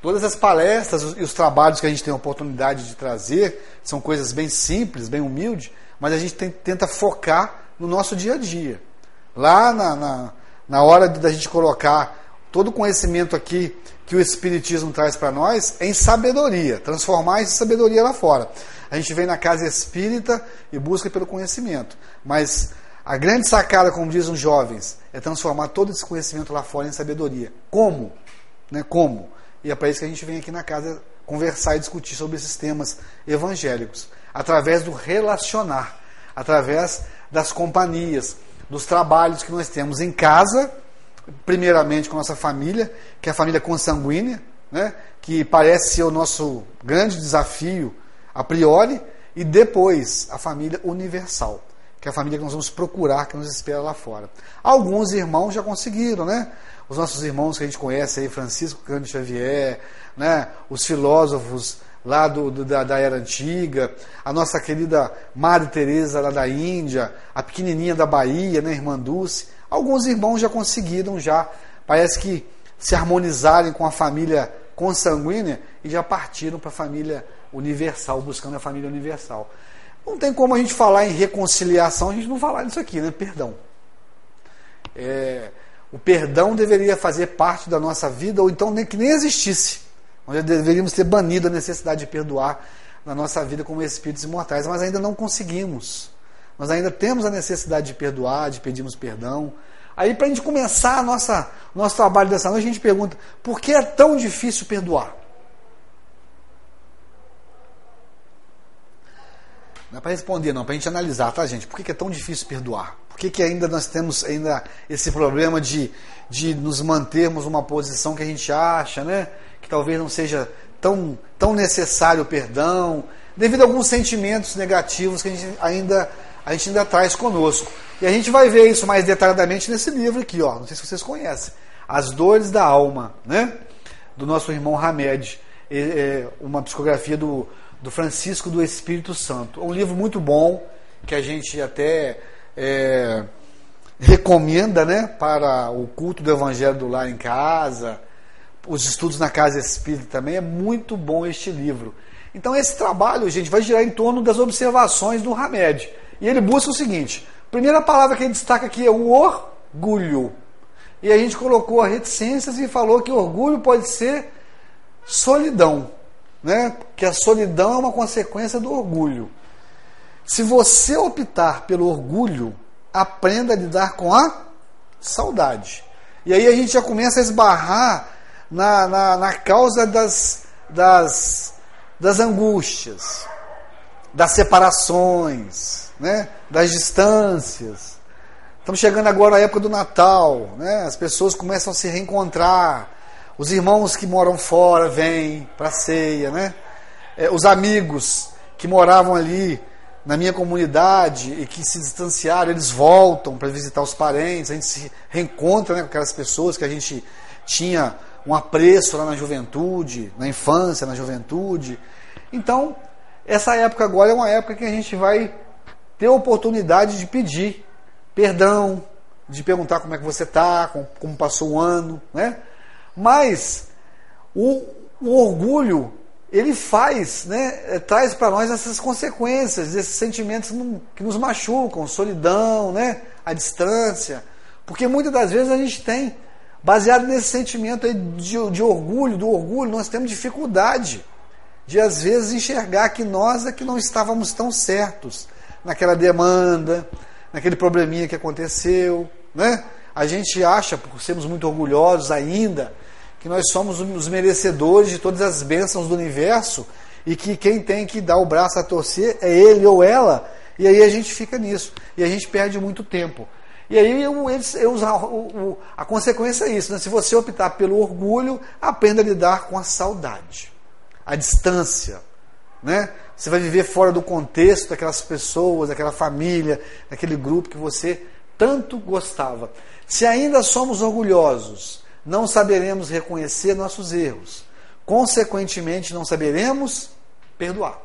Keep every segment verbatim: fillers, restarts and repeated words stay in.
todas as palestras e os trabalhos que a gente tem a oportunidade de trazer são coisas bem simples, bem humildes, mas a gente tem, tenta focar no nosso dia a dia. Lá na, na, na hora da gente colocar todo o conhecimento aqui que o Espiritismo traz para nós em sabedoria, transformar essa sabedoria lá fora. A gente vem na casa espírita e busca pelo conhecimento, mas a grande sacada, como dizem os jovens, é transformar todo esse conhecimento lá fora em sabedoria. Como? Né? Como? E é para isso que a gente vem aqui na casa conversar e discutir sobre esses temas evangélicos, através do relacionar, através das companhias, dos trabalhos que nós temos em casa, primeiramente com a nossa família, que é a família consanguínea, né? Que parece ser o nosso grande desafio a priori, e depois a família universal, que é a família que nós vamos procurar, que nos espera lá fora. Alguns irmãos já conseguiram, né? Os nossos irmãos que a gente conhece aí, Francisco Cândido Xavier, né? Os filósofos lá do, do, da, da era antiga, a nossa querida Madre Teresa lá da Índia, a pequenininha da Bahia, né? Irmã Dulce. Alguns irmãos já conseguiram, já parece que se harmonizarem com a família consanguínea e já partiram para a família universal, buscando a família universal. Não tem como a gente falar em reconciliação, a gente não falar nisso aqui, né? Perdão. É, o perdão deveria fazer parte da nossa vida, ou então nem, que nem existisse. Nós deveríamos ter banido a necessidade de perdoar na nossa vida como espíritos imortais, mas ainda não conseguimos. Nós ainda temos a necessidade de perdoar, de pedirmos perdão. Aí, para a gente começar a nossa, nosso trabalho dessa noite, a gente pergunta: por que é tão difícil perdoar? Não é para responder, não, para a gente analisar, tá, gente? Por que é tão difícil perdoar? Por que, que ainda nós temos ainda esse problema de, de nos mantermos numa posição que a gente acha, né? Que talvez não seja tão, tão necessário o perdão, devido a alguns sentimentos negativos que a gente ainda, a gente ainda traz conosco. E a gente vai ver isso mais detalhadamente nesse livro aqui, ó. Não sei se vocês conhecem. As Dores da Alma, né? Do nosso irmão Hamed. É uma psicografia do, do Francisco do Espírito Santo. É um livro muito bom, que a gente até é, recomenda, né? Para o culto do Evangelho do Lar em casa, os estudos na casa espírita também. É muito bom este livro. Então esse trabalho, gente, vai girar em torno das observações do Hamed. E ele busca o seguinte: a primeira palavra que ele destaca aqui é o orgulho. E a gente colocou a reticências e falou que orgulho pode ser solidão, né? Que a solidão é uma consequência do orgulho. Se você optar pelo orgulho, aprenda a lidar com a saudade. E aí a gente já começa a esbarrar na, na, na causa das, das, das angústias, das separações, né? Das distâncias. Estamos chegando agora à época do Natal, né? As pessoas começam a se reencontrar, os irmãos que moram fora vêm para a ceia, né? É, os amigos que moravam ali na minha comunidade e que se distanciaram, eles voltam para visitar os parentes, a gente se reencontra, né, com aquelas pessoas que a gente tinha um apreço lá na juventude, na infância, na juventude. Então, essa época agora é uma época que a gente vai ter a oportunidade de pedir perdão, de perguntar como é que você está, como, como passou o ano, né? Mas o, o orgulho, ele faz, né, traz para nós essas consequências, esses sentimentos que nos machucam, solidão, né, a distância, porque muitas das vezes a gente tem, baseado nesse sentimento aí de, de orgulho, do orgulho, nós temos dificuldade de às vezes enxergar que nós é que não estávamos tão certos naquela demanda, naquele probleminha que aconteceu, né? A gente acha, por sermos muito orgulhosos ainda, que nós somos os merecedores de todas as bênçãos do universo e que quem tem que dar o braço a torcer é ele ou ela, e aí a gente fica nisso, e a gente perde muito tempo. E aí eu, eles, eu, o, a consequência é isso, né? Se você optar pelo orgulho, aprenda a lidar com a saudade, a distância, né? Você vai viver fora do contexto daquelas pessoas, daquela família, daquele grupo que você tanto gostava. Se ainda somos orgulhosos, não saberemos reconhecer nossos erros. Consequentemente, não saberemos perdoar,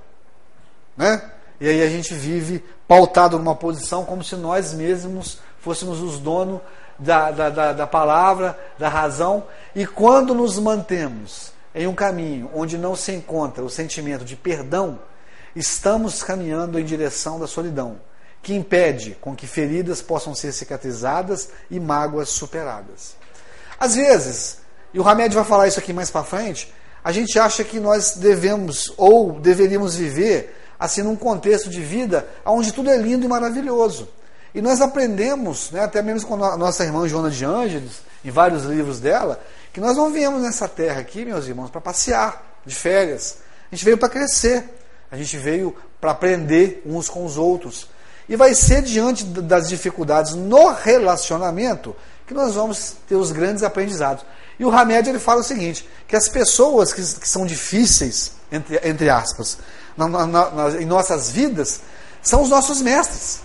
né? E aí a gente vive pautado numa posição como se nós mesmos fôssemos os donos da, da, da, da palavra, da razão. E quando nos mantemos em um caminho onde não se encontra o sentimento de perdão, estamos caminhando em direção da solidão, que impede com que feridas possam ser cicatrizadas e mágoas superadas. Às vezes, e o Hamed vai falar isso aqui mais para frente, a gente acha que nós devemos ou deveríamos viver assim num contexto de vida onde tudo é lindo e maravilhoso. E nós aprendemos, né, até mesmo com a nossa irmã Joana de Ângeles, em vários livros dela, que nós não viemos nessa terra aqui, meus irmãos, para passear de férias. A gente veio para crescer. A gente veio para aprender uns com os outros. E vai ser diante das dificuldades no relacionamento que nós vamos ter os grandes aprendizados. E o Hamed, ele fala o seguinte, que as pessoas que, que são difíceis, entre, entre aspas, na, na, na, em nossas vidas, são os nossos mestres.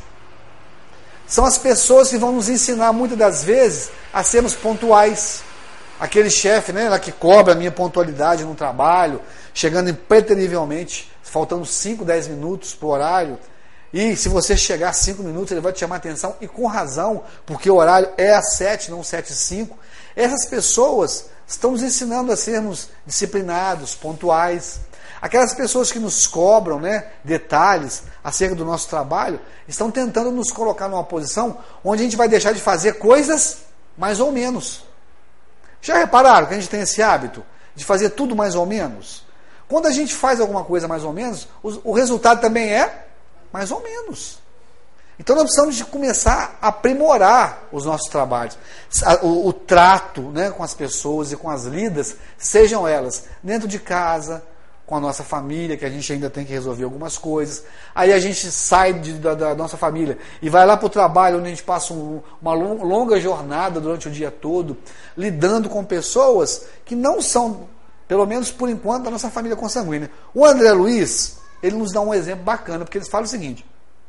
São as pessoas que vão nos ensinar, muitas das vezes, a sermos pontuais. Aquele chefe, né, lá que cobra a minha pontualidade no trabalho, chegando impreterivelmente, faltando cinco, dez minutos para o horário, e se você chegar a cinco minutos, ele vai te chamar a atenção, e com razão, porque o horário é às sete, não sete e cinco. Essas pessoas estão nos ensinando a sermos disciplinados, pontuais. Aquelas pessoas que nos cobram, né, detalhes acerca do nosso trabalho, estão tentando nos colocar numa posição onde a gente vai deixar de fazer coisas mais ou menos. Já repararam que a gente tem esse hábito de fazer tudo mais ou menos? Quando a gente faz alguma coisa mais ou menos, o, o resultado também é mais ou menos. Então nós precisamos de começar a aprimorar os nossos trabalhos. O, o trato, né, com as pessoas e com as lidas, sejam elas dentro de casa, com a nossa família, que a gente ainda tem que resolver algumas coisas. Aí a gente sai de, da, da nossa família e vai lá para o trabalho, onde a gente passa um, uma longa jornada durante o dia todo, lidando com pessoas que não são, pelo menos por enquanto, da nossa família consanguínea. O André Luiz, ele nos dá um exemplo bacana, porque ele fala o seguinte: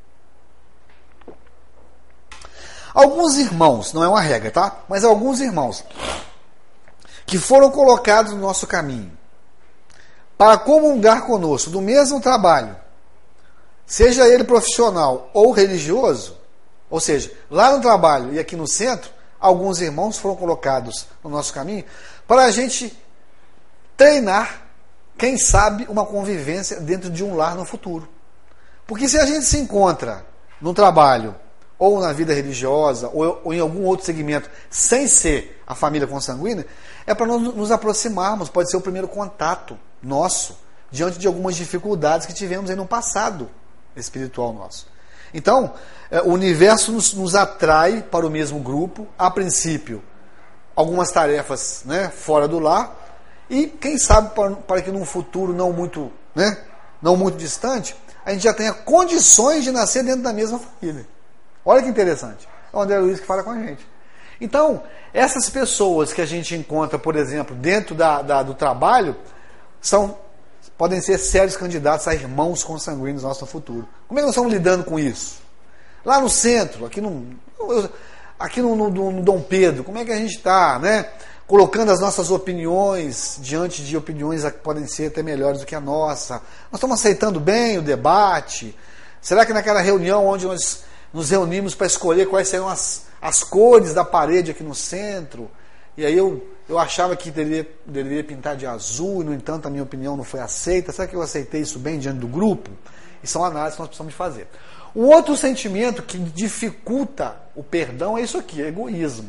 alguns irmãos, não é uma regra, tá? Mas alguns irmãos que foram colocados no nosso caminho para comungar conosco do mesmo trabalho, seja ele profissional ou religioso, ou seja, lá no trabalho e aqui no centro, alguns irmãos foram colocados no nosso caminho para a gente treinar, quem sabe, uma convivência dentro de um lar no futuro. Porque se a gente se encontra no trabalho, ou na vida religiosa, ou, ou em algum outro segmento, sem ser a família consanguínea, é para nós nos aproximarmos, pode ser o primeiro contato nosso, diante de algumas dificuldades que tivemos aí no passado espiritual nosso. Então, o universo nos, nos atrai para o mesmo grupo, a princípio, algumas tarefas, né, fora do lar, e quem sabe para, para que num futuro não muito, né, não muito distante, a gente já tenha condições de nascer dentro da mesma família. Olha que interessante. É o André Luiz que fala com a gente. Então, essas pessoas que a gente encontra, por exemplo, dentro da, da, do trabalho, são, podem ser sérios candidatos a irmãos consanguíneos no nosso futuro. Como é que nós estamos lidando com isso? Lá no centro, aqui no, aqui no, no, no Dom Pedro, como é que a gente está, né? Colocando as nossas opiniões diante de opiniões que podem ser até melhores do que a nossa. Nós estamos aceitando bem o debate? Será que naquela reunião onde nós nos reunimos para escolher quais serão as, as cores da parede aqui no centro, e aí eu, eu achava que deveria, deveria pintar de azul, e no entanto a minha opinião não foi aceita, será que eu aceitei isso bem diante do grupo? E são análises que nós precisamos fazer. Um outro sentimento que dificulta o perdão é isso aqui, é egoísmo.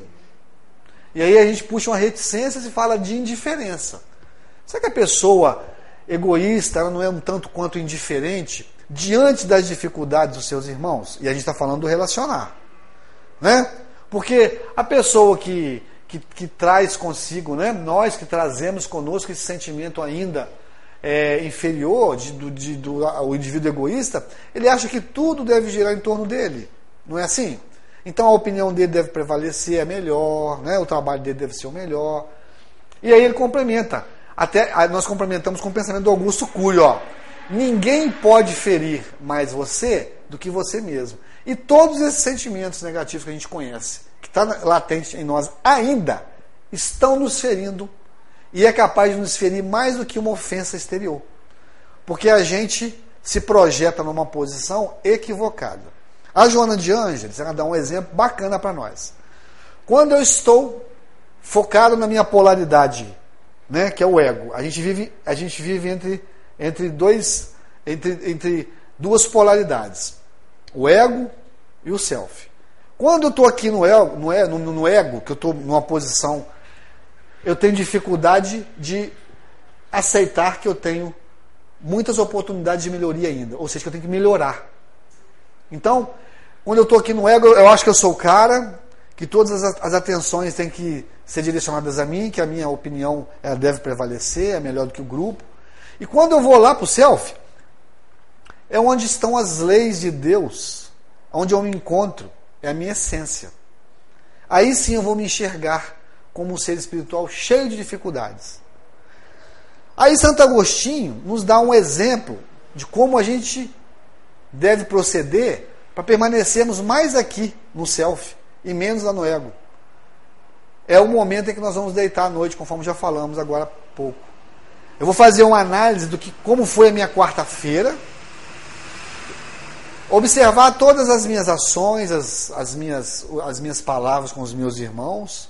E aí a gente puxa uma reticência e fala de indiferença. Será que a pessoa egoísta ela não é um tanto quanto indiferente diante das dificuldades dos seus irmãos? E a gente está falando do relacionar, né? Porque a pessoa que, que, que traz consigo, né? Nós que trazemos conosco esse sentimento ainda é, inferior de, do, de, do ao indivíduo egoísta, ele acha que tudo deve girar em torno dele, não é assim? Então a opinião dele deve prevalecer, é melhor, né? O trabalho dele deve ser o melhor. E aí ele complementa, até nós complementamos com o pensamento do Augusto Cury, ó. Ninguém pode ferir mais você do que você mesmo. E todos esses sentimentos negativos que a gente conhece, que está latente em nós ainda, estão nos ferindo. E é capaz de nos ferir mais do que uma ofensa exterior. Porque a gente se projeta numa posição equivocada. A Joana de Ângeles, ela dá um exemplo bacana para nós. Quando eu estou focado na minha polaridade né, que é o ego. A gente vive, a gente vive entre, entre, dois, entre, entre duas polaridades, o ego e o self. Quando eu estou aqui no ego, no, ego, no, no ego, que eu estou numa posição, eu tenho dificuldade de aceitar que eu tenho muitas oportunidades de melhoria ainda, ou seja, que eu tenho que melhorar. Então, quando eu estou aqui no ego, eu acho que eu sou o cara, que todas as, as atenções têm que ser direcionadas a mim, que a minha opinião ela deve prevalecer, é melhor do que o grupo. E quando eu vou lá para o self, é onde estão as leis de Deus, onde eu me encontro, é a minha essência. Aí sim eu vou me enxergar como um ser espiritual cheio de dificuldades. Aí Santo Agostinho nos dá um exemplo de como a gente deve proceder para permanecermos mais aqui no self e menos lá no ego. É o momento em que nós vamos deitar à noite, conforme já falamos agora há pouco. Eu vou fazer uma análise do que, como foi a minha quarta-feira, observar todas as minhas ações, as, as, minhas, as minhas palavras com os meus irmãos.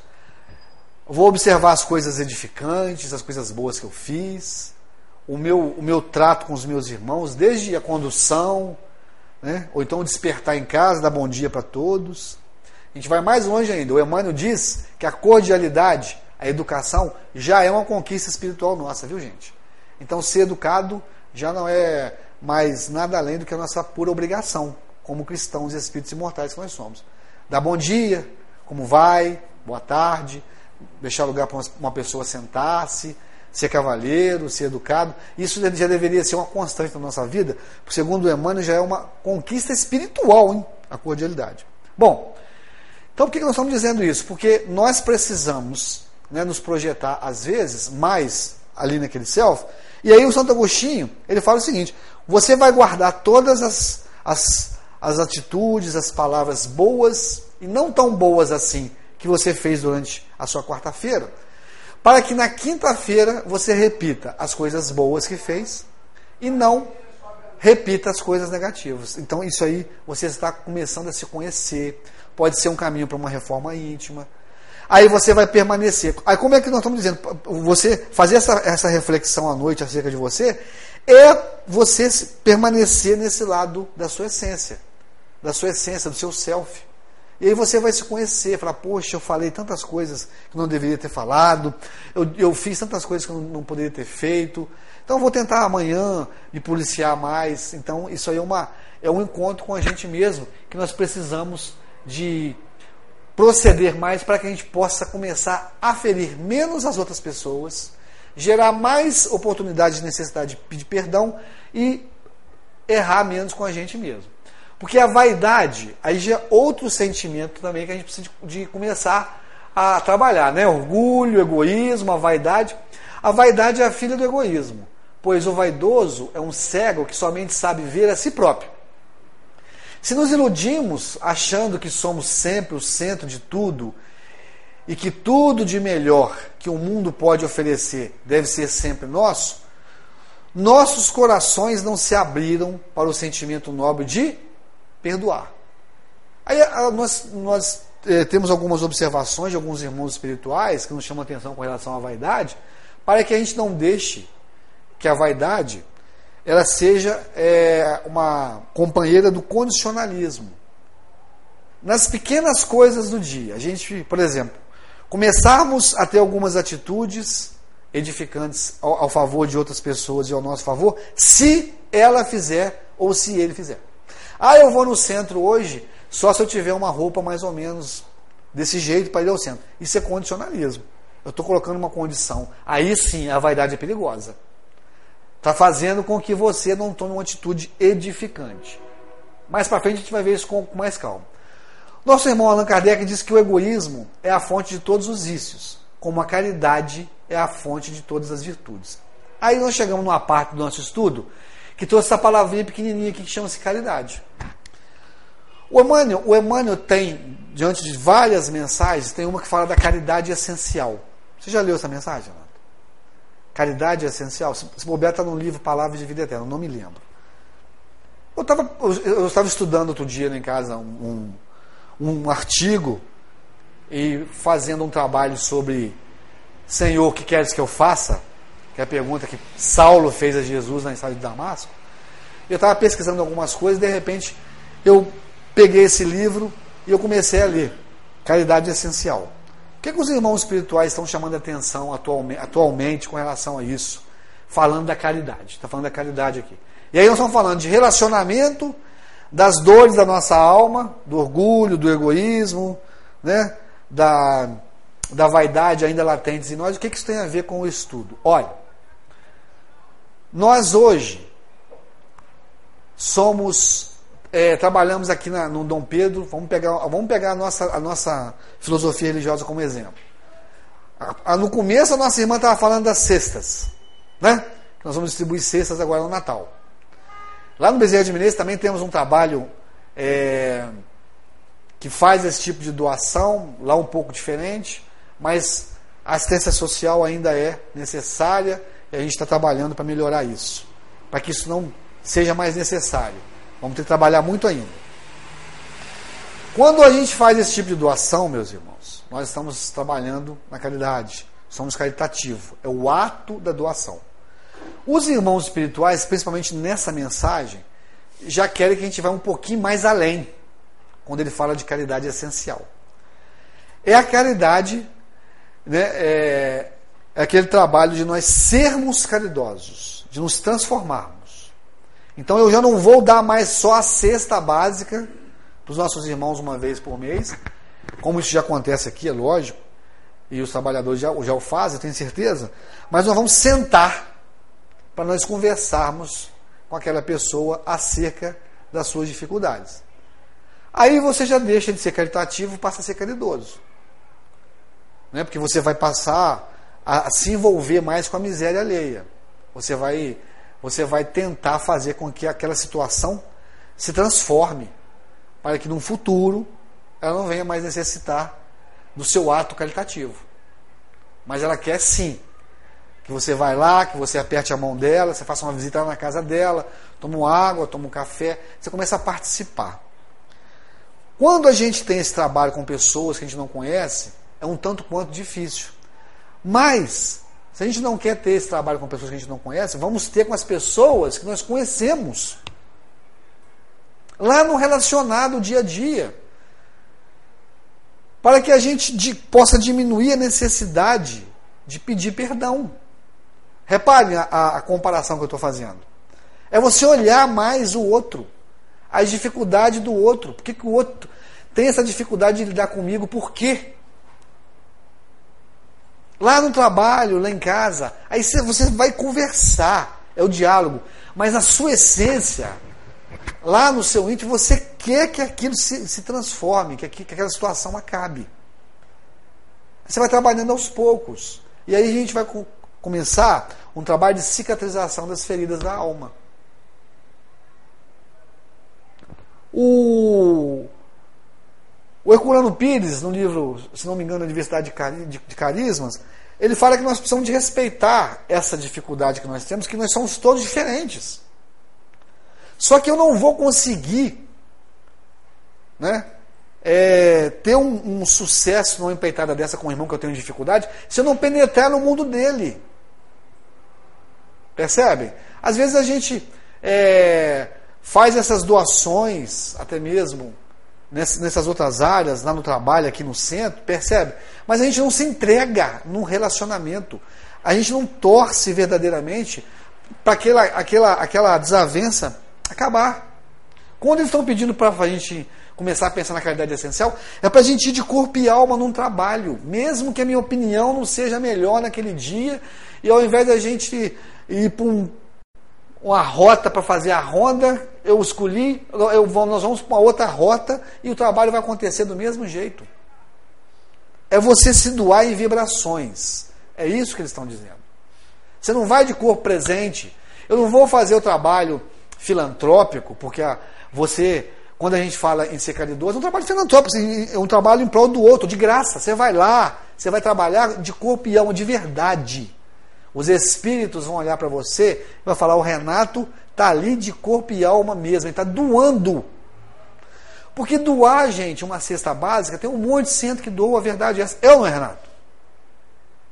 Vou observar as coisas edificantes, as coisas boas que eu fiz, o meu, o meu trato com os meus irmãos, desde a condução, né? Ou então despertar em casa, dar bom dia para todos. A gente vai mais longe ainda. O Emmanuel diz que a cordialidade, a educação, já é uma conquista espiritual nossa, viu, gente? Então, ser educado já não é mais nada além do que a nossa pura obrigação, como cristãos e espíritos imortais que nós somos. Dar bom dia, como vai, boa tarde, deixar lugar para uma pessoa sentar-se, ser cavalheiro, ser educado. Isso já deveria ser uma constante na nossa vida, porque, segundo o Emmanuel, já é uma conquista espiritual, hein? A cordialidade. Bom, então por que nós estamos dizendo isso? Porque nós precisamos, né, nos projetar, às vezes, mais ali naquele self. E aí o Santo Agostinho, ele fala o seguinte: você vai guardar todas as, as, as atitudes, as palavras boas e não tão boas assim que você fez durante a sua quarta-feira, para que na quinta-feira você repita as coisas boas que fez e não repita as coisas negativas. Então isso aí você está começando a se conhecer, pode ser um caminho para uma reforma íntima. Aí você vai permanecer. Aí como é que nós estamos dizendo? Você fazer essa, essa reflexão à noite acerca de você é você permanecer nesse lado da sua essência, da sua essência, do seu self. E aí você vai se conhecer, falar, poxa, eu falei tantas coisas que não deveria ter falado, eu, eu fiz tantas coisas que eu não, não poderia ter feito, então eu vou tentar amanhã me policiar mais. Então isso aí é, uma, é um encontro com a gente mesmo, que nós precisamos de proceder mais para que a gente possa começar a ferir menos as outras pessoas, gerar mais oportunidade de necessidade de pedir perdão e errar menos com a gente mesmo. Porque a vaidade, aí já é outro sentimento também que a gente precisa de, de começar a trabalhar, né? Orgulho, egoísmo, a vaidade. A vaidade é a filha do egoísmo, pois o vaidoso é um cego que somente sabe ver a si próprio. Se nos iludimos achando que somos sempre o centro de tudo e que tudo de melhor que o mundo pode oferecer deve ser sempre nosso, nossos corações não se abriram para o sentimento nobre de perdoar. Aí nós, nós eh, temos algumas observações de alguns irmãos espirituais que nos chamam a atenção com relação à vaidade, para que a gente não deixe que a vaidade ela seja é, uma companheira do condicionalismo. Nas pequenas coisas do dia, a gente, por exemplo, começarmos a ter algumas atitudes edificantes ao, ao favor de outras pessoas e ao nosso favor, se ela fizer ou se ele fizer. Ah, eu vou no centro hoje só se eu tiver uma roupa mais ou menos desse jeito para ir ao centro. Isso é condicionalismo. Eu estou colocando uma condição. Aí sim a vaidade é perigosa. Está fazendo com que você não tome uma atitude edificante. Mais para frente a gente vai ver isso com mais calma. Nosso irmão Allan Kardec diz que o egoísmo é a fonte de todos os vícios, como a caridade é a fonte de todas as virtudes. Aí nós chegamos numa parte do nosso estudo que trouxe essa palavrinha pequenininha aqui que chama-se caridade. O Emmanuel, o Emmanuel tem, diante de várias mensagens, tem uma que fala da caridade essencial. Você já leu essa mensagem, Renato? Caridade essencial? Se bobear, está no livro Palavras de Vida Eterna, não me lembro. Eu estava eu estava estudando outro dia em casa um, um, um artigo e fazendo um trabalho sobre Senhor, o que queres que eu faça? Que é a pergunta que Saulo fez a Jesus na estrada de Damasco. Eu estava pesquisando algumas coisas e de repente eu peguei esse livro e eu comecei a ler. Caridade essencial. O que, é que os irmãos espirituais estão chamando a atenção atualmente, atualmente com relação a isso? Falando da caridade. Está falando da caridade aqui. E aí nós estamos falando de relacionamento, das dores da nossa alma, do orgulho, do egoísmo, né? da, da vaidade ainda latentes em nós. O que, que isso tem a ver com o estudo? Olha, nós hoje somos, é, trabalhamos aqui na, no Dom Pedro, vamos pegar, vamos pegar a, nossa, a nossa filosofia religiosa como exemplo. A, a, no começo a nossa irmã estava falando das cestas, né? Nós vamos distribuir cestas agora no Natal. Lá no Bezerra de Menezes também temos um trabalho é, que faz esse tipo de doação, lá um pouco diferente, mas a assistência social ainda é necessária e a gente está trabalhando para melhorar isso, para que isso não seja mais necessário. Vamos ter que trabalhar muito ainda. Quando a gente faz esse tipo de doação, meus irmãos, nós estamos trabalhando na caridade, somos caritativos, é o ato da doação. Os irmãos espirituais, principalmente nessa mensagem, já querem que a gente vá um pouquinho mais além, quando ele fala de caridade essencial. É a caridade, né, é, é aquele trabalho de nós sermos caridosos, de nos transformarmos. Então eu já não vou dar mais só a cesta básica para os nossos irmãos uma vez por mês, como isso já acontece aqui, é lógico, e os trabalhadores já, já o fazem, eu tenho certeza, mas nós vamos sentar para nós conversarmos com aquela pessoa acerca das suas dificuldades. Aí você já deixa de ser caritativo e passa a ser caridoso. Né? Porque você vai passar a se envolver mais com a miséria alheia. Você vai, você vai tentar fazer com que aquela situação se transforme, para que no futuro ela não venha mais necessitar do seu ato caritativo. Mas ela quer sim que você vai lá, que você aperte a mão dela, você faça uma visita lá na casa dela, toma uma água, toma um café, você começa a participar. Quando a gente tem esse trabalho com pessoas que a gente não conhece, é um tanto quanto difícil. Mas, se a gente não quer ter esse trabalho com pessoas que a gente não conhece, vamos ter com as pessoas que nós conhecemos. Lá no relacionado dia a dia. Para que a gente de, possa diminuir a necessidade de pedir perdão. Reparem a, a, a comparação que eu estou fazendo. É você olhar mais o outro, as dificuldades do outro. Por que, que o outro tem essa dificuldade de lidar comigo? Por quê? Lá no trabalho, lá em casa, aí você vai conversar, é o diálogo. Mas na sua essência, lá no seu íntimo, você quer que aquilo se, se transforme, que, que aquela situação acabe. Você vai trabalhando aos poucos. E aí a gente vai co- começar um trabalho de cicatrização das feridas da alma. O, o Herculano Pires, no livro, se não me engano, A Diversidade de, Cari, de, de Carismas, ele fala que nós precisamos de respeitar essa dificuldade que nós temos, que nós somos todos diferentes. Só que eu não vou conseguir, né, é, ter um, um sucesso numa empreitada dessa com um irmão que eu tenho dificuldade, se eu não penetrar no mundo dele. Percebe? Às vezes a gente é, faz essas doações, até mesmo nessas, nessas outras áreas, lá no trabalho, aqui no centro, percebe? Mas a gente não se entrega num relacionamento. A gente não torce verdadeiramente para aquela, aquela, aquela desavença acabar. Quando eles estão pedindo para a gente começar a pensar na caridade essencial, é para a gente ir de corpo e alma num trabalho, mesmo que a minha opinião não seja melhor naquele dia, e ao invés da gente ir para um, uma rota para fazer a ronda, eu escolhi, eu vou, nós vamos para uma outra rota e o trabalho vai acontecer do mesmo jeito. É você se doar em vibrações. É isso que eles estão dizendo. Você não vai de corpo presente. Eu não vou fazer o trabalho filantrópico, porque a, você, quando a gente fala em ser caridoso, é um trabalho filantrópico, é um trabalho em prol do outro, de graça. Você vai lá, você vai trabalhar de corpo e alma, de verdade. Os espíritos vão olhar para você e vão falar, o Renato está ali de corpo e alma mesmo, ele está doando. Porque doar, gente, uma cesta básica, tem um monte de centro que doa, a verdade é essa. Eu não é, Renato?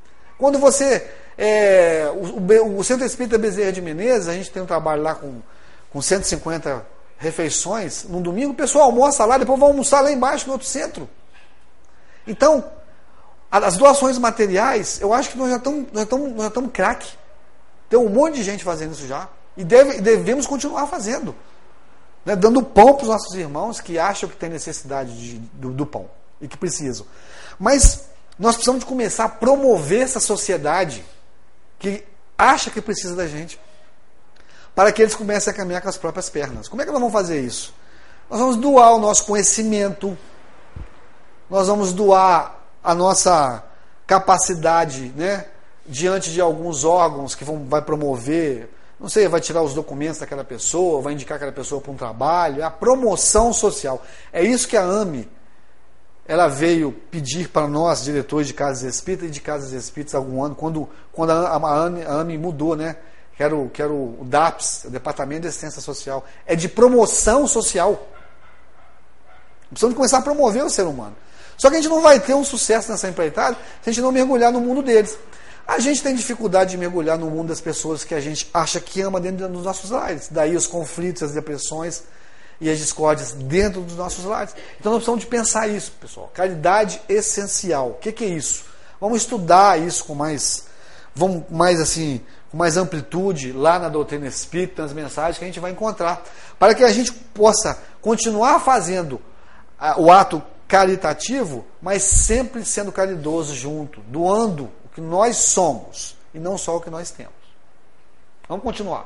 Quando você... É, o, o Centro Espírita Bezerra de Menezes, a gente tem um trabalho lá com, com cento e cinquenta refeições, num domingo, o pessoal almoça lá, depois vai almoçar lá embaixo no outro centro. Então, as doações materiais, eu acho que nós já estamos, nós estamos, nós já estamos craque. Tem um monte de gente fazendo isso já. E deve, devemos continuar fazendo. Né? Dando pão para os nossos irmãos que acham que têm necessidade de, do, do pão e que precisam. Mas nós precisamos de começar a promover essa sociedade que acha que precisa da gente, para que eles comecem a caminhar com as próprias pernas. Como é que nós vamos fazer isso? Nós vamos doar o nosso conhecimento, nós vamos doar a nossa capacidade, né, diante de alguns órgãos que vão, vai promover, não sei, vai tirar os documentos daquela pessoa, vai indicar aquela pessoa para um trabalho, é a promoção social. É isso que a AME, ela veio pedir para nós, diretores de casas espíritas e de casas espíritas, há algum ano, quando, quando a, a, AME, a AME mudou, né? Que era, o, que era o D A P S, o Departamento de Assistência Social. É de promoção social. Precisamos começar a promover o ser humano. Só que a gente não vai ter um sucesso nessa empreitada se a gente não mergulhar no mundo deles. A gente tem dificuldade de mergulhar no mundo das pessoas que a gente acha que ama dentro dos nossos lares. Daí os conflitos, as depressões e as discórdias dentro dos nossos lares. Então nós precisamos de pensar isso, pessoal. Caridade essencial. O que, que é isso? Vamos estudar isso com mais, vamos mais assim, com mais amplitude lá na doutrina espírita, nas mensagens que a gente vai encontrar, para que a gente possa continuar fazendo o ato caritativo, mas sempre sendo caridoso junto, doando o que nós somos e não só o que nós temos. Vamos continuar.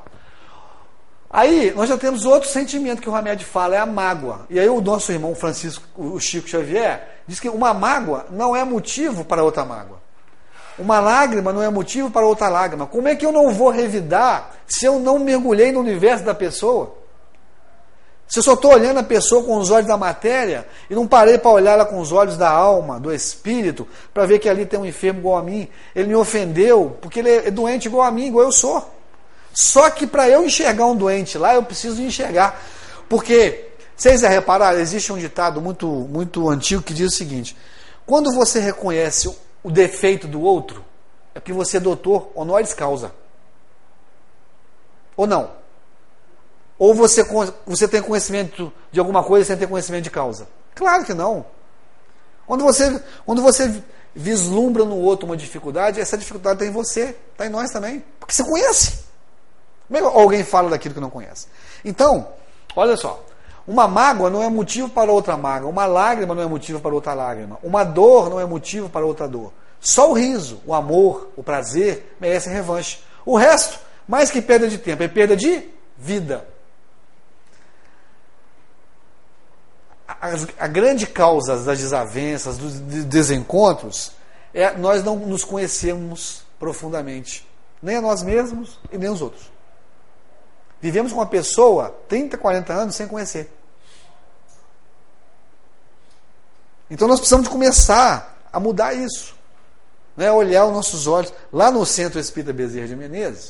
Aí nós já temos outro sentimento que o Hamed fala, é a mágoa. E aí o nosso irmão Francisco, o Chico Xavier, diz que uma mágoa não é motivo para outra mágoa. Uma lágrima não é motivo para outra lágrima. Como é que eu não vou revidar se eu não mergulhei no universo da pessoa? Se eu só estou olhando a pessoa com os olhos da matéria e não parei para olhar ela com os olhos da alma, do espírito, para ver que ali tem um enfermo igual a mim, ele me ofendeu porque ele é doente igual a mim, igual eu sou. Só que para eu enxergar um doente lá, eu preciso enxergar. Porque, vocês já repararam, existe um ditado muito, muito antigo que diz o seguinte: quando você reconhece o defeito do outro, é porque você é doutor honoris causa. Ou não? Ou você, você tem conhecimento de alguma coisa sem ter conhecimento de causa? Claro que não. Quando você, quando você vislumbra no outro uma dificuldade, essa dificuldade está em você, está em nós também. Porque você conhece. Como é que alguém fala daquilo que não conhece? Então, olha só. Uma mágoa não é motivo para outra mágoa. Uma lágrima não é motivo para outra lágrima. Uma dor não é motivo para outra dor. Só o riso, o amor, o prazer merecem revanche. O resto, mais que perda de tempo, é perda de vida. A, a grande causa das desavenças, dos desencontros, é nós não nos conhecemos profundamente. Nem a nós mesmos e nem os outros. Vivemos com uma pessoa trinta, quarenta anos sem conhecer. Então nós precisamos de começar a mudar isso. Né? Olhar os nossos olhos. Lá no Centro Espírita Bezerra de Menezes,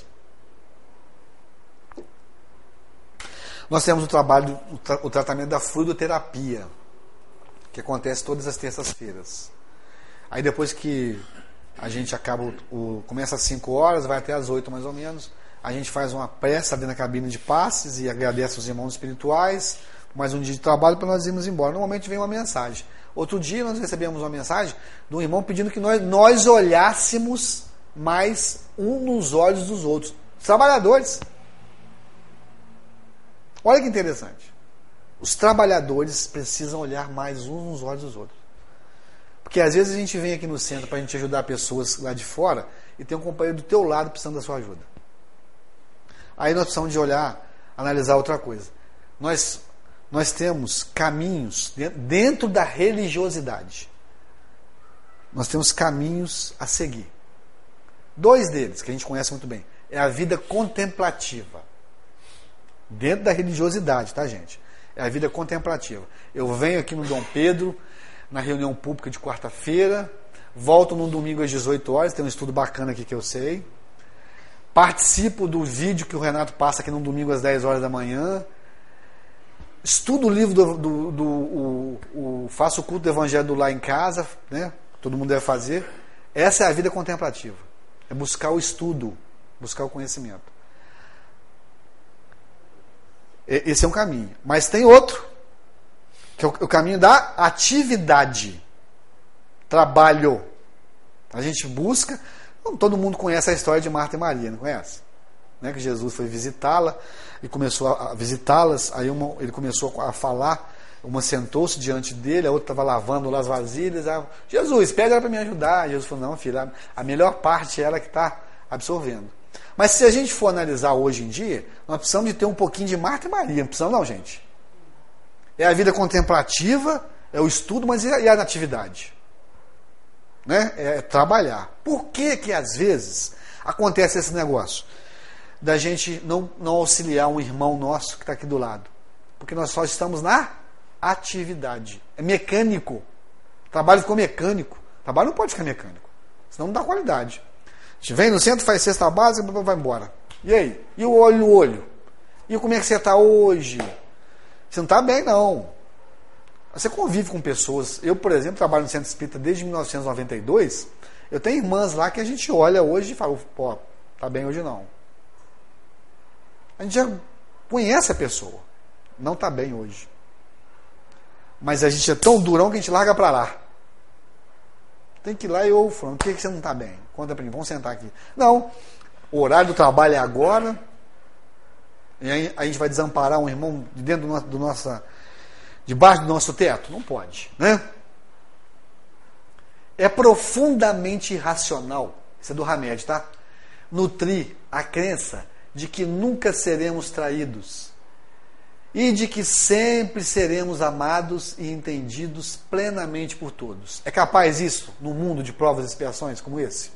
nós temos o trabalho, o, tra o tratamento da fluidoterapia, que acontece todas as terças-feiras. Aí depois que a gente acaba, o, o, começa às cinco horas, vai até às oito mais ou menos, a gente faz uma prece ali na cabine de passes e agradece aos irmãos espirituais, mais um dia de trabalho para nós irmos embora. Normalmente vem uma mensagem. Outro dia nós recebemos uma mensagem de um irmão pedindo que nós, nós olhássemos mais um nos olhos dos outros. Os trabalhadores. Olha que interessante. Os trabalhadores precisam olhar mais uns nos olhos dos outros. Porque às vezes a gente vem aqui no centro para a gente ajudar pessoas lá de fora e tem um companheiro do teu lado precisando da sua ajuda. Aí nós precisamos de olhar, analisar outra coisa. Nós, nós temos caminhos dentro da religiosidade. Nós temos caminhos a seguir. Dois deles, que a gente conhece muito bem, é a vida contemplativa. Dentro da religiosidade, tá, gente? É a vida contemplativa. Eu venho aqui no Dom Pedro, na reunião pública de quarta-feira, volto no domingo às dezoito horas, tem um estudo bacana aqui que eu sei. Participo do vídeo que o Renato passa aqui no domingo às dez horas da manhã. Estudo o livro do, do, do o, o, faço o culto do Evangelho do Lar em casa, né? Todo mundo deve fazer. Essa é a vida contemplativa. É buscar o estudo, buscar o conhecimento. Esse é um caminho. Mas tem outro, que é o caminho da atividade. Trabalho. A gente busca. Todo mundo conhece a história de Marta e Maria, não conhece? Né? Que Jesus foi visitá-la e começou a visitá-las. Aí uma, ele começou a falar. Uma sentou-se diante dele, a outra estava lavando lá as vasilhas. Aí, Jesus, pega ela para me ajudar. Jesus falou: não, filha, a melhor parte é ela que está absorvendo. Mas se a gente for analisar hoje em dia, nós precisamos de ter um pouquinho de Marta e Maria. Não precisamos, não, gente. É a vida contemplativa, é o estudo, mas e a, e a atividade? Né? É trabalhar. Por que que às vezes acontece esse negócio da gente não, não auxiliar um irmão nosso que está aqui do lado? Porque nós só estamos na atividade. É mecânico. Trabalho ficou mecânico. Trabalho não pode ficar mecânico, senão não dá qualidade. A gente vem no centro, faz cesta básica, vai embora. E aí? E o olho no olho? E como é que você está hoje? Você não está bem, não. Você convive com pessoas. Eu, por exemplo, trabalho no Centro Espírita desde mil novecentos e noventa e dois. Eu tenho irmãs lá que a gente olha hoje e fala: pô, tá bem hoje não. A gente já conhece a pessoa. Não tá bem hoje. Mas a gente é tão durão que a gente larga para lá. Tem que ir lá e eu falando: por que você não tá bem? Conta para mim, vamos sentar aqui. Não, o horário do trabalho é agora. E aí a gente vai desamparar um irmão de dentro do nosso, do nossa, debaixo do nosso teto? Não pode, né? É profundamente irracional, isso é do Hamed, tá? Nutrir a crença de que nunca seremos traídos e de que sempre seremos amados e entendidos plenamente por todos. É capaz isso num mundo de provas e expiações como esse?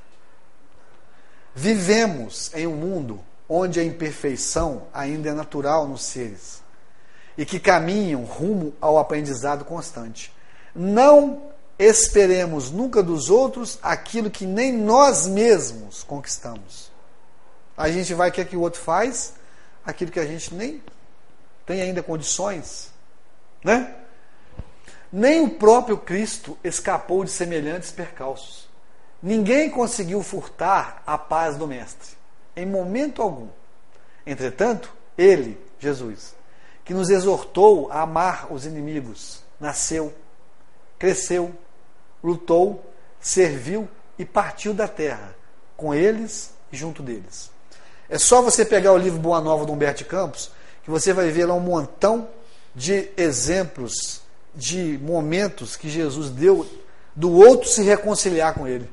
Vivemos em um mundo onde a imperfeição ainda é natural nos seres e que caminham rumo ao aprendizado constante. Não esperemos nunca dos outros aquilo que nem nós mesmos conquistamos. A gente vai querer que o outro faz aquilo que a gente nem tem ainda condições, né? Nem o próprio Cristo escapou de semelhantes percalços. Ninguém conseguiu furtar a paz do Mestre, em momento algum. Entretanto, ele, Jesus, que nos exortou a amar os inimigos, nasceu, cresceu, lutou, serviu e partiu da terra, com eles e junto deles. É só você pegar o livro Boa Nova do Humberto de Campos, que você vai ver lá um montão de exemplos, de momentos que Jesus deu do outro se reconciliar com ele.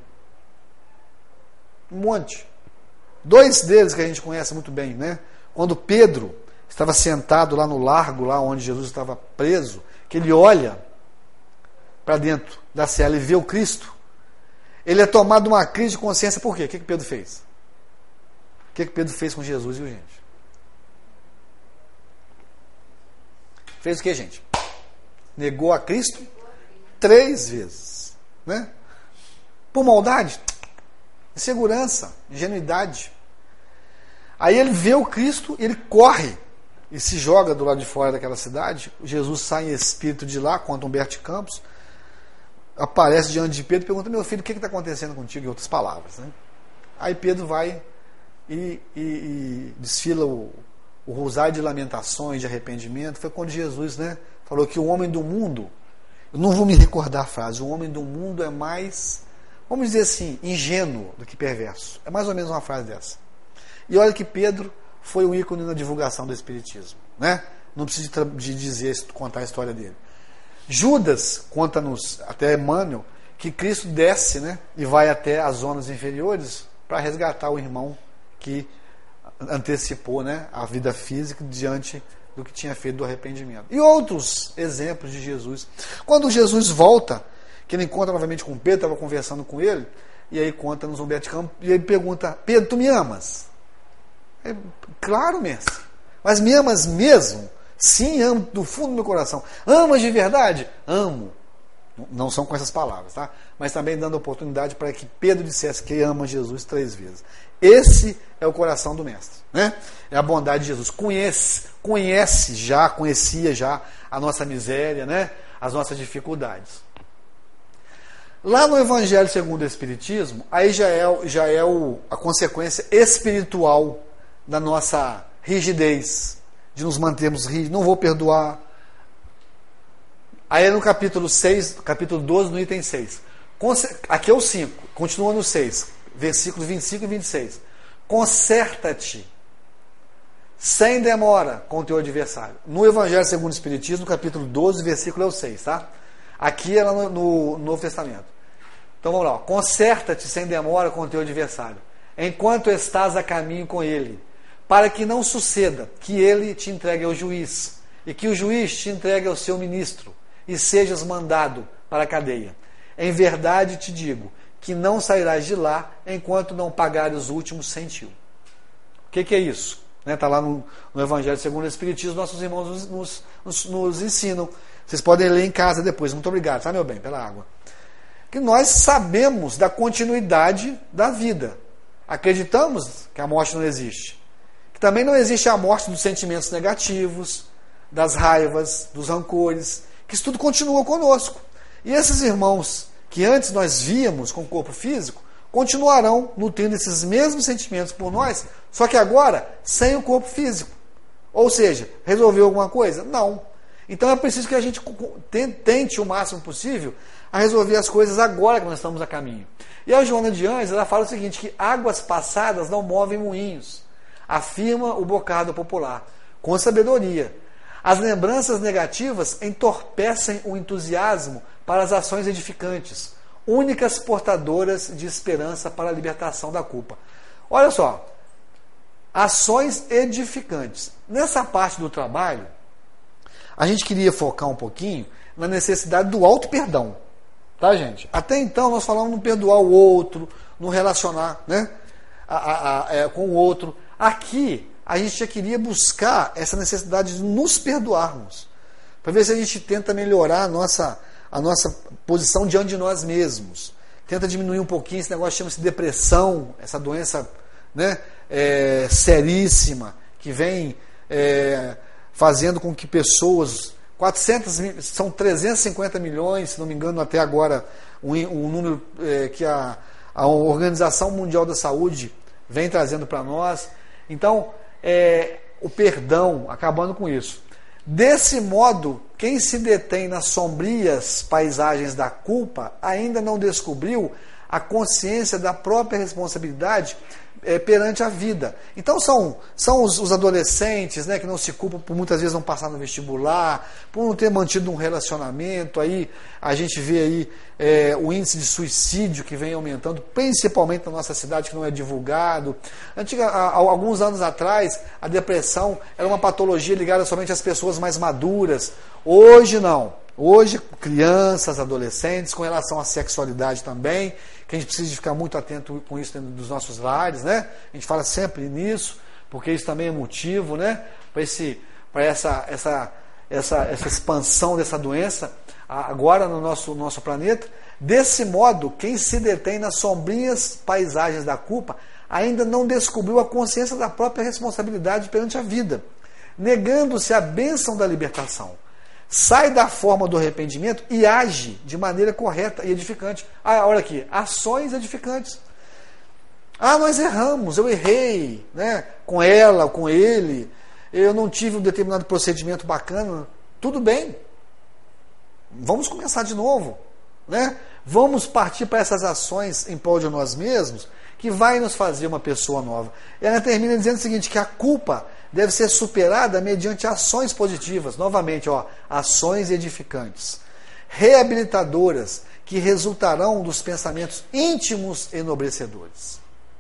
Um monte. Dois deles que a gente conhece muito bem, né? Quando Pedro estava sentado lá no largo, lá onde Jesus estava preso, que ele olha para dentro da cela e vê o Cristo, ele é tomado de uma crise de consciência. Por quê? O que que Pedro fez? O que que Pedro fez com Jesus, viu, gente? Fez o que, gente? Negou a Cristo três vezes, né? Por maldade, insegurança, ingenuidade. Aí ele vê o Cristo, ele corre e se joga do lado de fora daquela cidade. Jesus sai em espírito de lá, conta Humberto de Campos, aparece diante de Pedro e pergunta: meu filho, o que está acontecendo contigo? Em outras palavras, né? Aí Pedro vai e, e, e desfila o, o rosário de lamentações, de arrependimento. Foi quando Jesus, né, falou que o homem do mundo, eu não vou me recordar a frase, o homem do mundo é mais, vamos dizer assim, ingênuo do que perverso. É mais ou menos uma frase dessa. E olha que Pedro foi um ícone na divulgação do Espiritismo, né? Não preciso de dizer, contar a história dele. Judas conta-nos, até Emmanuel, que Cristo desce, né, e vai até as zonas inferiores para resgatar o irmão que antecipou, né, a vida física diante do que tinha feito do arrependimento. E outros exemplos de Jesus. Quando Jesus volta, que ele encontra novamente com Pedro, estava conversando com ele, e aí conta-nos Humberto de Campos, e ele pergunta: Pedro, tu me amas? É, claro, mestre. Mas me amas mesmo? Sim, amo do fundo do meu coração. Amas de verdade? Amo. Não são com essas palavras, tá? Mas também dando oportunidade para que Pedro dissesse que ama Jesus três vezes. Esse é o coração do mestre, né? É a bondade de Jesus. Conhece, conhece já, conhecia já a nossa miséria, né? As nossas dificuldades. Lá no Evangelho segundo o Espiritismo, aí já é, já é o, a consequência espiritual da nossa rigidez, de nos mantermos rígidos, não vou perdoar. Aí no capítulo seis, capítulo doze, no item seis. Aqui é o cinco, continua no seis, versículos vinte e cinco e vinte e seis. Conserta-te, sem demora, com o teu adversário. No Evangelho segundo o Espiritismo, no capítulo doze, versículo é o seis, tá? Aqui é no, no Novo Testamento. Então vamos lá. Conserta-te sem demora com o teu adversário, enquanto estás a caminho com ele, para que não suceda que ele te entregue ao juiz, e que o juiz te entregue ao seu ministro, e sejas mandado para a cadeia. Em verdade te digo, que não sairás de lá, enquanto não pagares os últimos centil. O que, que é isso? Está, né, lá no, no Evangelho segundo o Espiritismo, nossos irmãos nos, nos, nos ensinam. Vocês podem ler em casa depois. Muito obrigado, tá, meu bem, pela água. Que nós sabemos da continuidade da vida. Acreditamos que a morte não existe. Que também não existe a morte dos sentimentos negativos, das raivas, dos rancores, que isso tudo continua conosco. E esses irmãos que antes nós víamos com o corpo físico, continuarão nutrindo esses mesmos sentimentos por nós, só que agora sem o corpo físico. Ou seja, resolveu alguma coisa? Não. Então é preciso que a gente tente o máximo possível a resolver as coisas agora que nós estamos a caminho. E a Joana de Anjos, ela fala o seguinte, que águas passadas não movem moinhos, afirma o bocado popular, com sabedoria. As lembranças negativas entorpecem o entusiasmo para as ações edificantes, únicas portadoras de esperança para a libertação da culpa. Olha só, ações edificantes. Nessa parte do trabalho, a gente queria focar um pouquinho na necessidade do auto-perdão. Tá, gente? Até então nós falamos no perdoar o outro, no relacionar, né, a, a, a, é, com o outro. Aqui, a gente já queria buscar essa necessidade de nos perdoarmos, para ver se a gente tenta melhorar a nossa, a nossa posição diante de nós mesmos. Tenta diminuir um pouquinho esse negócio que chama-se depressão, essa doença, né, é, seríssima, que vem é, fazendo com que pessoas... quatrocentos, são trezentos e cinquenta milhões, se não me engano, até agora, um, um número é, que a, a Organização Mundial da Saúde vem trazendo para nós. Então, é, o perdão, acabando com isso. Desse modo, quem se detém nas sombrias paisagens da culpa ainda não descobriu a consciência da própria responsabilidade É, perante a vida. Então são, são os, os adolescentes, né, que não se culpam por muitas vezes não passar no vestibular, por não ter mantido um relacionamento. Aí a gente vê aí é, o índice de suicídio que vem aumentando, principalmente na nossa cidade, que não é divulgado. Antiga, há, há alguns anos atrás, a depressão era uma patologia ligada somente às pessoas mais maduras. Hoje não. Hoje, crianças, adolescentes, com relação à sexualidade também, que a gente precisa ficar muito atento com isso dentro dos nossos lares, né? A gente fala sempre nisso, porque isso também é motivo, né, para esse, para essa, essa, essa, essa expansão dessa doença agora no nosso, nosso planeta. Desse modo, quem se detém nas sombrias paisagens da culpa ainda não descobriu a consciência da própria responsabilidade perante a vida, negando-se a bênção da libertação. Sai da forma do arrependimento e age de maneira correta e edificante. Ah, olha aqui, ações edificantes. Ah, nós erramos, eu errei, né, com ela, com ele, eu não tive um determinado procedimento bacana. Tudo bem, vamos começar de novo, né? Vamos partir para essas ações em prol de nós mesmos, que vai nos fazer uma pessoa nova. E ela termina dizendo o seguinte, que a culpa deve ser superada mediante ações positivas, novamente, ó, ações edificantes, reabilitadoras, que resultarão dos pensamentos íntimos enobrecedores.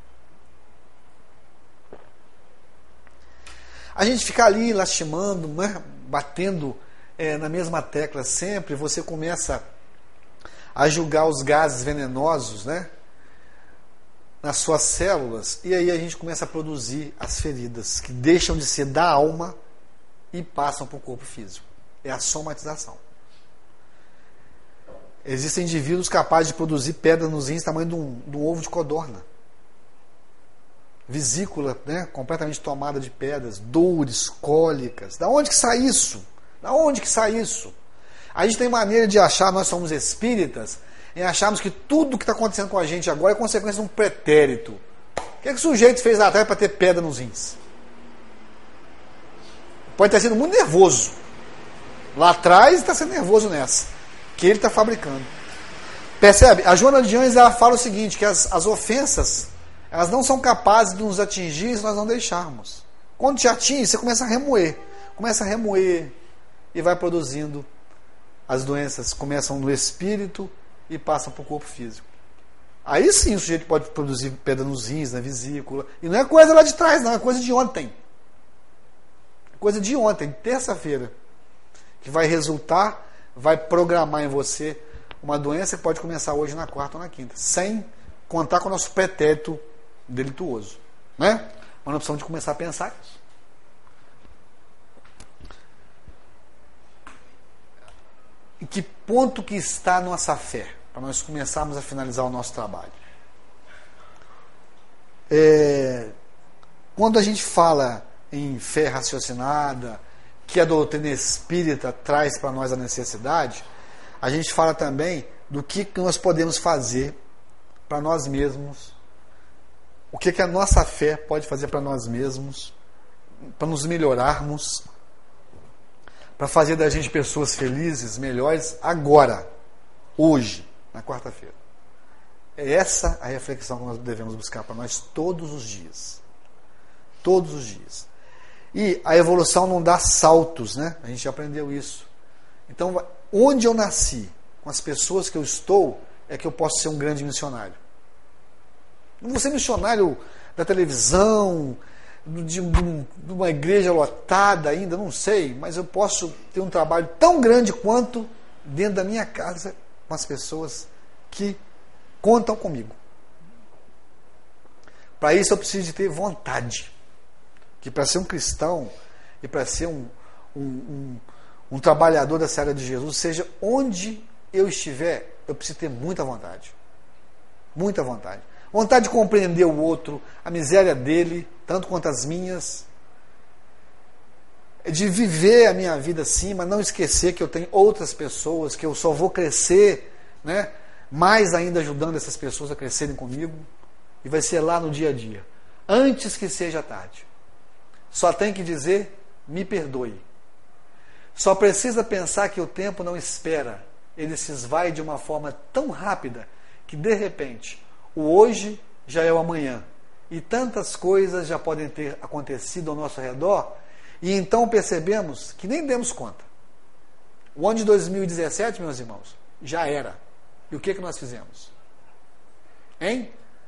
A gente fica ali lastimando, né, batendo é, na mesma tecla sempre, você começa a julgar os gases venenosos, né, nas suas células, e aí a gente começa a produzir as feridas, que deixam de ser da alma e passam para o corpo físico. É a somatização. Existem indivíduos capazes de produzir pedras nos rins tamanho de um, de um ovo de codorna. Vesícula, né, completamente tomada de pedras, dores, cólicas. Da onde que sai isso? Da onde que sai isso? A gente tem maneira de achar, nós somos espíritas, em acharmos que tudo que está acontecendo com a gente agora é consequência de um pretérito. O que, é que o sujeito fez lá atrás para ter pedra nos rins? Pode ter sido muito nervoso lá atrás e está sendo nervoso nessa, que ele está fabricando. Percebe? A Joana de Anjos, ela fala o seguinte, que as, as ofensas, elas não são capazes de nos atingir se nós não deixarmos. Quando te atinge, você começa a remoer. Começa a remoer e vai produzindo. As doenças começam no espírito e passam para o corpo físico. Aí sim o sujeito pode produzir pedra nos rins, na vesícula. E não é coisa lá de trás, não. É coisa de ontem. É coisa de ontem, terça-feira. Que vai resultar, vai programar em você uma doença que pode começar hoje na quarta ou na quinta, sem contar com o nosso pretérito delituoso. Né? Mas nós precisamos de começar a pensar isso. Em que ponto que está a nossa fé? Para nós começarmos a finalizar o nosso trabalho. É, quando a gente fala em fé raciocinada, que a doutrina espírita traz para nós a necessidade, a gente fala também do que nós podemos fazer para nós mesmos, o que, que a nossa fé pode fazer para nós mesmos, para nos melhorarmos, para fazer da gente pessoas felizes, melhores, agora, hoje, na quarta-feira. É essa a reflexão que nós devemos buscar para nós todos os dias. Todos os dias. E a evolução não dá saltos, né? A gente já aprendeu isso. Então, onde eu nasci, com as pessoas que eu estou, é que eu posso ser um grande missionário. Não vou ser missionário da televisão, de, de, de uma igreja lotada ainda, não sei, mas eu posso ter um trabalho tão grande quanto dentro da minha casa, com as pessoas que contam comigo. Para isso eu preciso de ter vontade. Que para ser um cristão e para ser um, um, um, um trabalhador da seara de Jesus, seja onde eu estiver, eu preciso ter muita vontade. Muita vontade. Vontade de compreender o outro, a miséria dele, tanto quanto as minhas. De viver a minha vida assim, mas não esquecer que eu tenho outras pessoas, que eu só vou crescer, né, mais ainda ajudando essas pessoas a crescerem comigo. E vai ser lá no dia a dia. Antes que seja tarde. Só tem que dizer, me perdoe. Só precisa pensar que o tempo não espera. Ele se esvai de uma forma tão rápida que, de repente, o hoje já é o amanhã. E tantas coisas já podem ter acontecido ao nosso redor, e então percebemos que nem demos conta. O ano de dois mil e dezessete, meus irmãos, já era. E o que, que nós fizemos? Hein?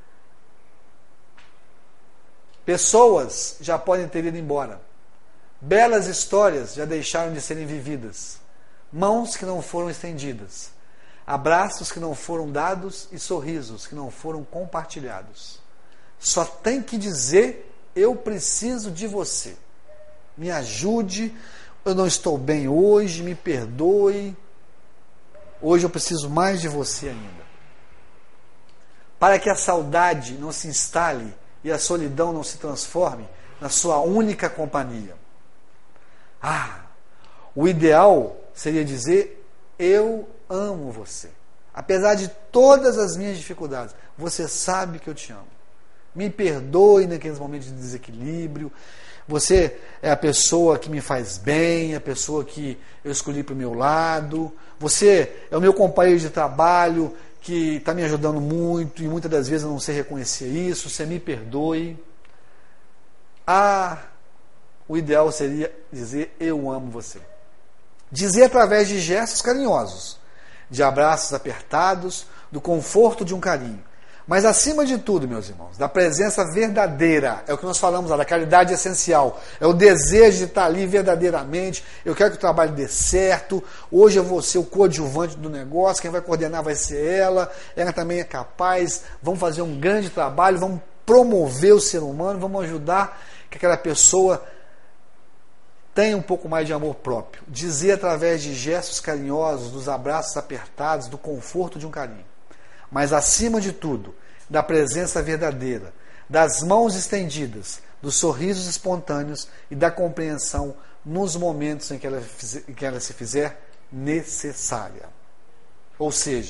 Pessoas já podem ter ido embora. Belas histórias já deixaram de serem vividas. Mãos que não foram estendidas. Abraços que não foram dados e sorrisos que não foram compartilhados. Só tem que dizer, eu preciso de você. Me ajude, eu não estou bem hoje, me perdoe. Hoje eu preciso mais de você ainda. Para que a saudade não se instale e a solidão não se transforme na sua única companhia. Ah, o ideal seria dizer, eu amo você. Apesar de todas as minhas dificuldades, você sabe que eu te amo. Me perdoe naqueles momentos de desequilíbrio. Você é a pessoa que me faz bem, a pessoa que eu escolhi para o meu lado. Você é o meu companheiro de trabalho, que está me ajudando muito, e muitas das vezes eu não sei reconhecer isso, você me perdoe. Ah, o ideal seria dizer, eu amo você. Dizer através de gestos carinhosos, de abraços apertados, do conforto de um carinho. Mas acima de tudo, meus irmãos, da presença verdadeira, é o que nós falamos lá, da caridade essencial, é o desejo de estar ali verdadeiramente, eu quero que o trabalho dê certo, hoje eu vou ser o coadjuvante do negócio, quem vai coordenar vai ser ela, ela também é capaz, vamos fazer um grande trabalho, vamos promover o ser humano, vamos ajudar que aquela pessoa tenha um pouco mais de amor próprio. Dizer através de gestos carinhosos, dos abraços apertados, do conforto de um carinho. Mas, acima de tudo, da presença verdadeira, das mãos estendidas, dos sorrisos espontâneos e da compreensão nos momentos em que ela, em que ela se fizer necessária. Ou seja,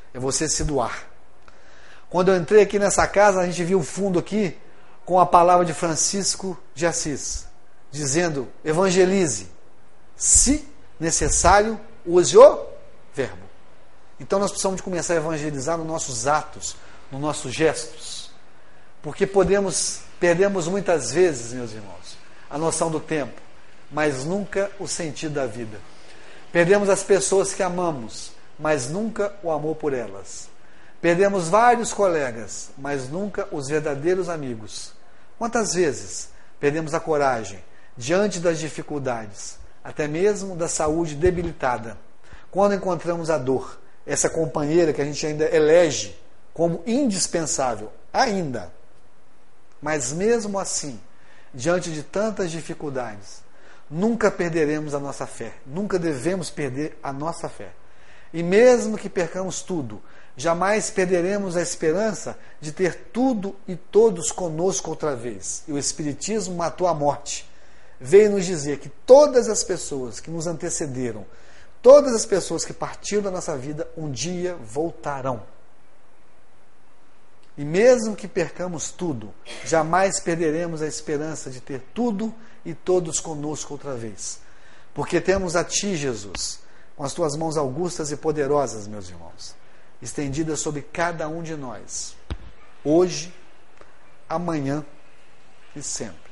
é você se doar. Quando eu entrei aqui nessa casa, a gente viu o fundo aqui com a palavra de Francisco de Assis, dizendo: evangelize, se necessário, use o verbo. Então nós precisamos de começar a evangelizar nos nossos atos, nos nossos gestos, porque podemos, perdemos muitas vezes, meus irmãos, a noção do tempo, mas nunca o sentido da vida. Perdemos as pessoas que amamos, mas nunca o amor por elas. Perdemos vários colegas, mas nunca os verdadeiros amigos. Quantas vezes perdemos a coragem diante das dificuldades, até mesmo da saúde debilitada, quando encontramos a dor, essa companheira que a gente ainda elege como indispensável, ainda. Mas mesmo assim, diante de tantas dificuldades, nunca perderemos a nossa fé, nunca devemos perder a nossa fé. E mesmo que percamos tudo, jamais perderemos a esperança de ter tudo e todos conosco outra vez. E o Espiritismo matou a morte. Veio nos dizer que todas as pessoas que nos antecederam, todas as pessoas que partiram da nossa vida, um dia voltarão. E mesmo que percamos tudo, jamais perderemos a esperança de ter tudo e todos conosco outra vez. Porque temos a Ti, Jesus, com as Tuas mãos augustas e poderosas, meus irmãos, estendidas sobre cada um de nós, hoje, amanhã e sempre.